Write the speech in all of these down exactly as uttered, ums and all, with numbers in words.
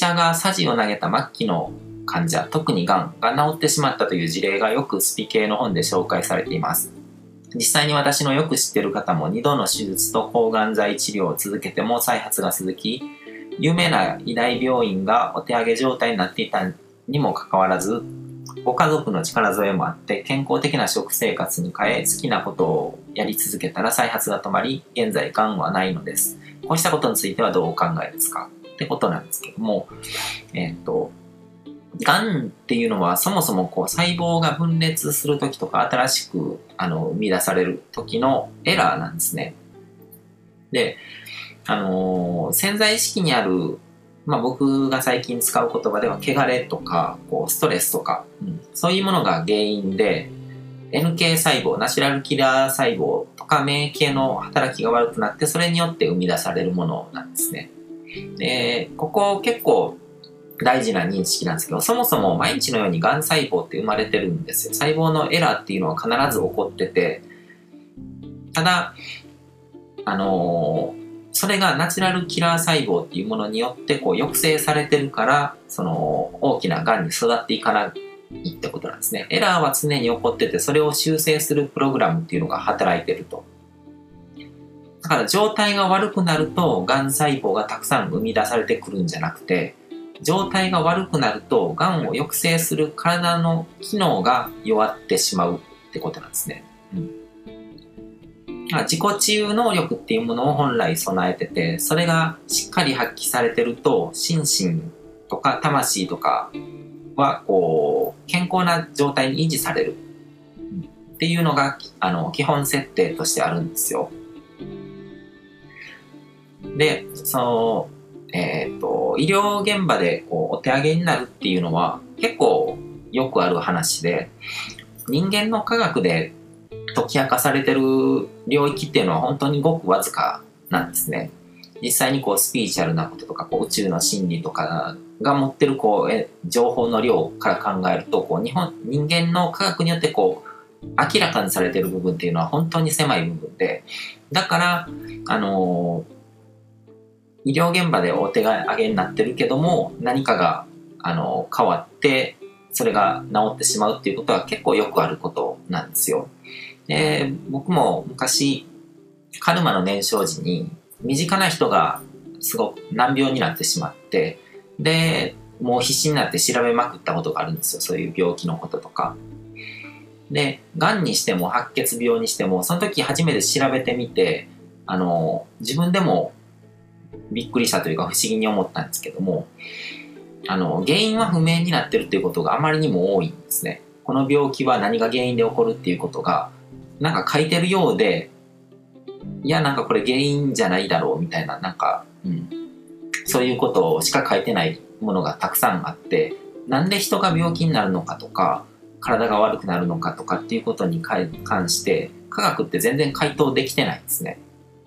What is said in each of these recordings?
者がさじを投げた末期の患者、特にがんが治ってしまったという事例がよくスピ系の本で紹介されています。実際に私のよく知っている方もにどの手術と抗がん剤治療を続けても再発が続き、有名な医大病院がお手上げ状態になっていたにもかかわらず、ご家族の力添えもあって健康的な食生活に変え、好きなことをやり続けたら再発が止まり、現在がんはないのです。こうしたことについてはどうお考えですかってことなんですけども、えっとがんっていうのはそもそもこう細胞が分裂するときとか新しくあの生み出されるときのエラーなんですね。で、あのー、潜在意識にある、まあ、僕が最近使う言葉では汚れとかこうストレスとか、うん、そういうものが原因で エヌケー 細胞、ナチュラルキラー細胞とか免疫系の働きが悪くなって、それによって生み出されるものなんですね。で、ここ結構大事な認識なんですけど、そもそも毎日のようにがん細胞って生まれてるんですよ。細胞のエラーっていうのは必ず起こってて、ただあのー、それがナチュラルキラー細胞っていうものによってこう抑制されてるから、その大きながんに育っていかないってことなんですね。エラーは常に起こってて、それを修正するプログラムっていうのが働いてると。だから状態が悪くなるとがん細胞がたくさん生み出されてくるんじゃなくて、状態が悪くなるとがんを抑制する体の機能が弱ってしまうってことなんですね。うん、自己治癒能力っていうものを本来備えてて、それがしっかり発揮されてると心身とか魂とかはこう健康な状態に維持されるっていうのがあの基本設定としてあるんですよ。で、そのえー、と医療現場でこうお手上げになるっていうのは結構よくある話で、人間の科学で解き明かされてる領域っていうのは本当にごくわずかなんですね。実際にこうスピリチュアルなこととかこう宇宙の真理とかが持ってるこうえ情報の量から考えると、こう日本人間の科学によってこう明らかにされてる部分っていうのは本当に狭い部分で、だからあのー医療現場でお手上げになってるけども、何かがあの変わってそれが治ってしまうっていうことは結構よくあることなんですよ。で、僕も昔カルマの燃焼時に身近な人がすごく難病になってしまって、でもう必死になって調べまくったことがあるんですよ。そういう病気のこととかで、がんにしても白血病にしてもその時初めて調べてみて、あの自分でもびっくりしたというか不思議に思ったんですけども、あの原因は不明になってるっていうことがあまりにも多いんですね。この病気は何が原因で起こるっていうことがなんか書いてるようで、いやなんかこれ原因じゃないだろうみたいな、なんか、うん、そういうことしか書いてないものがたくさんあって、なんで人が病気になるのかとか体が悪くなるのかとかっていうことに関して科学って全然回答できてないんですね。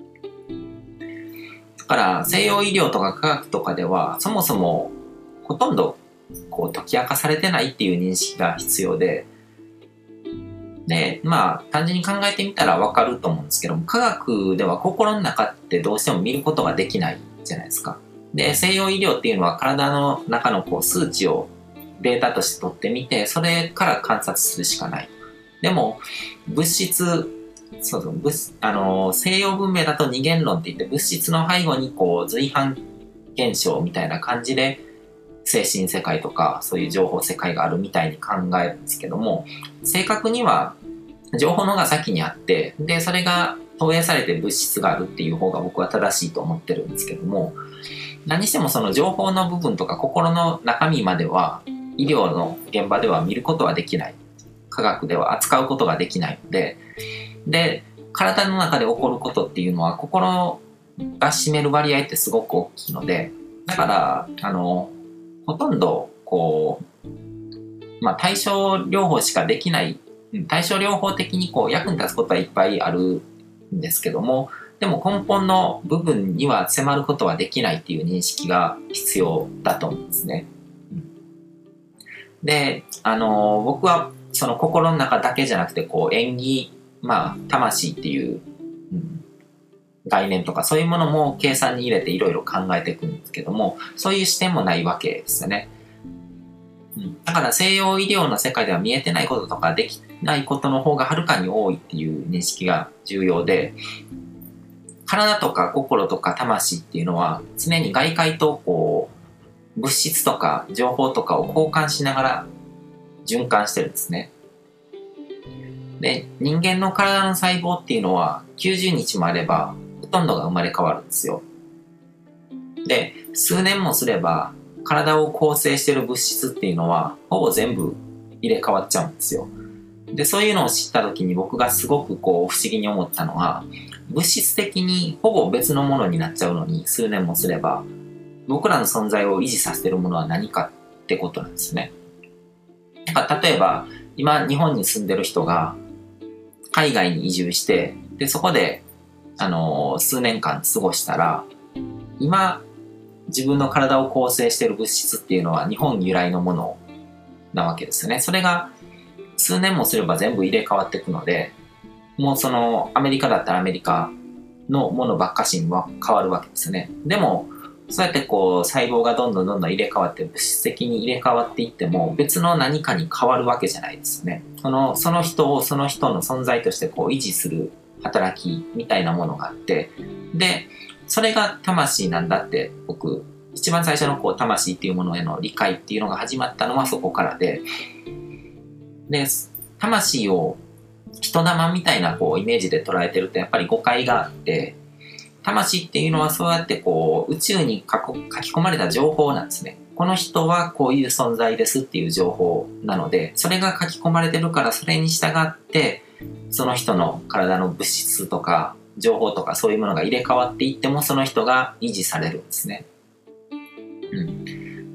だから西洋医療とか科学とかではそもそもほとんどこう解き明かされてないっていう認識が必要で、でまあ単純に考えてみたら分かると思うんですけども、科学では心の中ってどうしても見ることができないじゃないですか。で西洋医療っていうのは体の中のこう数値をデータとして取ってみて、それから観察するしかない。でも物質そうそう物あの西洋文明だと二元論って言って、物質の背後にこう随伴現象みたいな感じで精神世界とかそういう情報世界があるみたいに考えるんですけども、正確には情報の方が先にあって、でそれが投影されて物質があるっていう方が僕は正しいと思ってるんですけども、何してもその情報の部分とか心の中身までは医療の現場では見ることはできない、科学では扱うことができないので、で体の中で起こることっていうのは心が占める割合ってすごく大きいので、だからあのほとんどこう、まあ、対症療法しかできない、対症療法的にこう役に立つことはいっぱいあるんですけども、でも根本の部分には迫ることはできないっていう認識が必要だと思うんですね。で、あの僕はその心の中だけじゃなくてこう縁起、まあ魂っていう、うん、 概念とかそういうものも計算に入れていろいろ考えていくんですけども、そういう視点もないわけですよね。うん、だから西洋医療の世界では見えてないこととかできないことの方がはるかに多いっていう認識が重要で、体とか心とか魂っていうのは常に外界とこう物質とか情報とかを交換しながら循環してるんですね。で、人間の体の細胞っていうのはきゅうじゅうにちもあればほとんどが生まれ変わるんですよ。で、数年もすれば体を構成している物質っていうのはほぼ全部入れ替わっちゃうんですよ。で、そういうのを知った時に僕がすごくこう不思議に思ったのは、物質的にほぼ別のものになっちゃうのに数年もすれば僕らの存在を維持させているものは何かってことなんですね。だから例えば今日本に住んでる人が海外に移住して、でそこであの数年間過ごしたら、今自分の体を構成している物質っていうのは日本由来のものなわけですよね。それが数年もすれば全部入れ替わっていくので、もうそのアメリカだったらアメリカのものばっかしには変わるわけですよね。でもそうやってこう細胞がどんどんどんどん入れ替わって物質的に入れ替わっていっても別の何かに変わるわけじゃないですよね。そのその人をその人の存在としてこう維持する働きみたいなものがあって、でそれが魂なんだって僕一番最初のこう魂っていうものへの理解っていうのが始まったのはそこからで、で魂を人玉みたいなこうイメージで捉えてるとやっぱり誤解があって、魂っていうのはそうやってこう宇宙に書き込まれた情報なんですね。この人はこういう存在ですっていう情報なので、それが書き込まれてるからそれに従ってその人の体の物質とか情報とかそういうものが入れ替わっていってもその人が維持されるんですね。うん、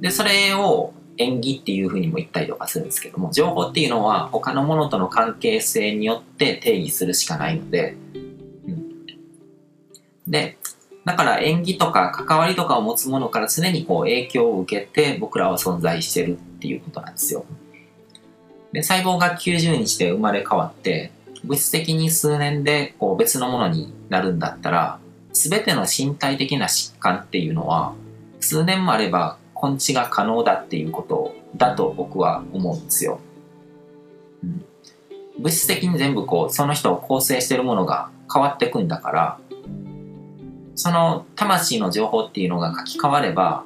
でそれを縁起っていうふうにも言ったりとかするんですけども、情報っていうのは他のものとの関係性によって定義するしかないので、うん、でだから縁起とか関わりとかを持つものから常にこう影響を受けて僕らは存在してるっていうことなんですよ。で細胞がきゅうじゅうにちで生まれ変わって物質的に数年でこう別のものになるんだったら、全ての身体的な疾患っていうのは数年もあれば根治が可能だっていうことだと僕は思うんですよ。うん、物質的に全部こうその人を構成しているものが変わっていくんだから、その魂の情報っていうのが書き換われば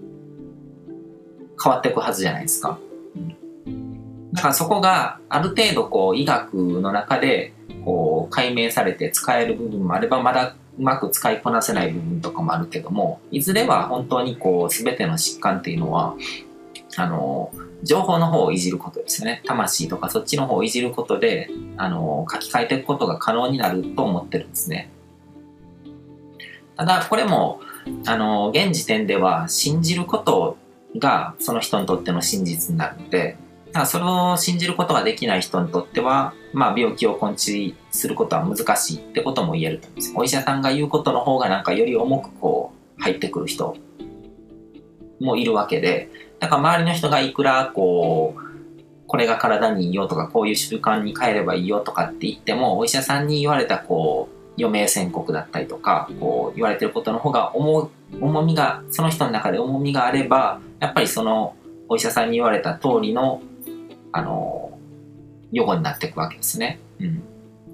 変わっていくはずじゃないですか。うん、だからそこがある程度こう医学の中でこう解明されて使える部分もあれば、まだうまく使いこなせない部分とかもあるけども、いずれは本当にこう全ての疾患っていうのはあの情報の方をいじることですよね。魂とかそっちの方をいじることであの書き換えていくことが可能になると思ってるんですね。ただこれもあの現時点では信じることがその人にとっての真実になるので、だからそれを信じることができない人にとっては、まあ、病気を根治することは難しいってことも言えると思うんです。お医者さんが言うことの方がなんかより重くこう入ってくる人もいるわけで、だから周りの人がいくらこうこれが体にいいよとかこういう習慣に変えればいいよとかって言っても、お医者さんに言われたこう余命宣告だったりとかこう言われてることの方が 重, 重みがその人の中で重みがあれば、やっぱりそのお医者さんに言われた通りのあの予後になっていくわけですね。うん、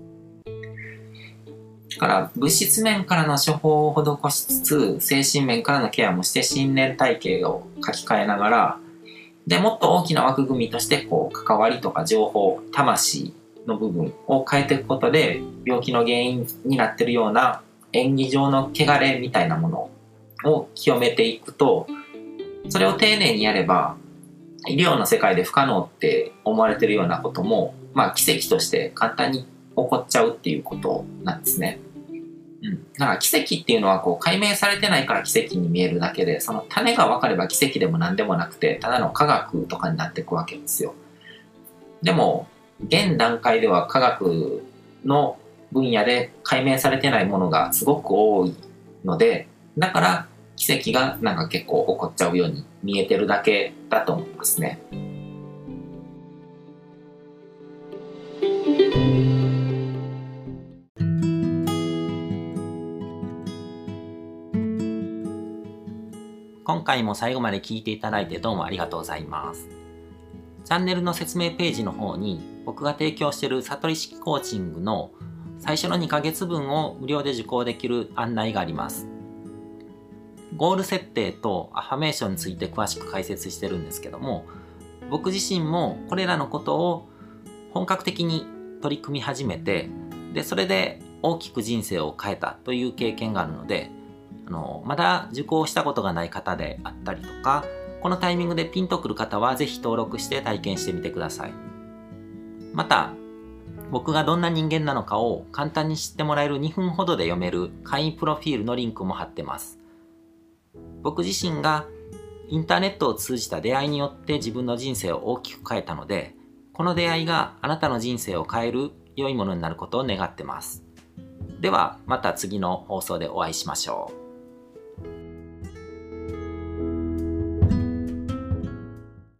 だから物質面からの処方を施しつつ精神面からのケアもして信念体系を書き換えながら、でもっと大きな枠組みとしてこう関わりとか情報魂の部分を変えていくことで病気の原因になっているような縁起上の汚れみたいなものを清めていくと、それを丁寧にやれば医療の世界で不可能って思われてるようなことも、まあ、奇跡として簡単に起こっちゃうっていうことなんですね。うん、だから奇跡っていうのはこう解明されてないから奇跡に見えるだけで、その種が分かれば奇跡でも何でもなくてただの科学とかになっていくわけですよ。でも現段階では科学の分野で解明されてないものがすごく多いので、だから奇跡がなんか結構起こっちゃうように見えてるだけだと思いますね。 今回も最後まで聞いていただいてどうもありがとうございます。チャンネルの説明ページの方に僕が提供している悟り式コーチングの最初のにかげつぶんを無料で受講できる案内があります。ゴール設定とアファメーションについて詳しく解説してるんですけども、僕自身もこれらのことを本格的に取り組み始めて、でそれで大きく人生を変えたという経験があるので、あのまだ受講したことがない方であったりとか、このタイミングでピンとくる方はぜひ登録して体験してみてください。また僕がどんな人間なのかを簡単に知ってもらえるにふんほどで読める会員プロフィールのリンクも貼ってます。僕自身がインターネットを通じた出会いによって自分の人生を大きく変えたので、この出会いがあなたの人生を変える良いものになることを願ってます。ではまた次の放送でお会いしましょう。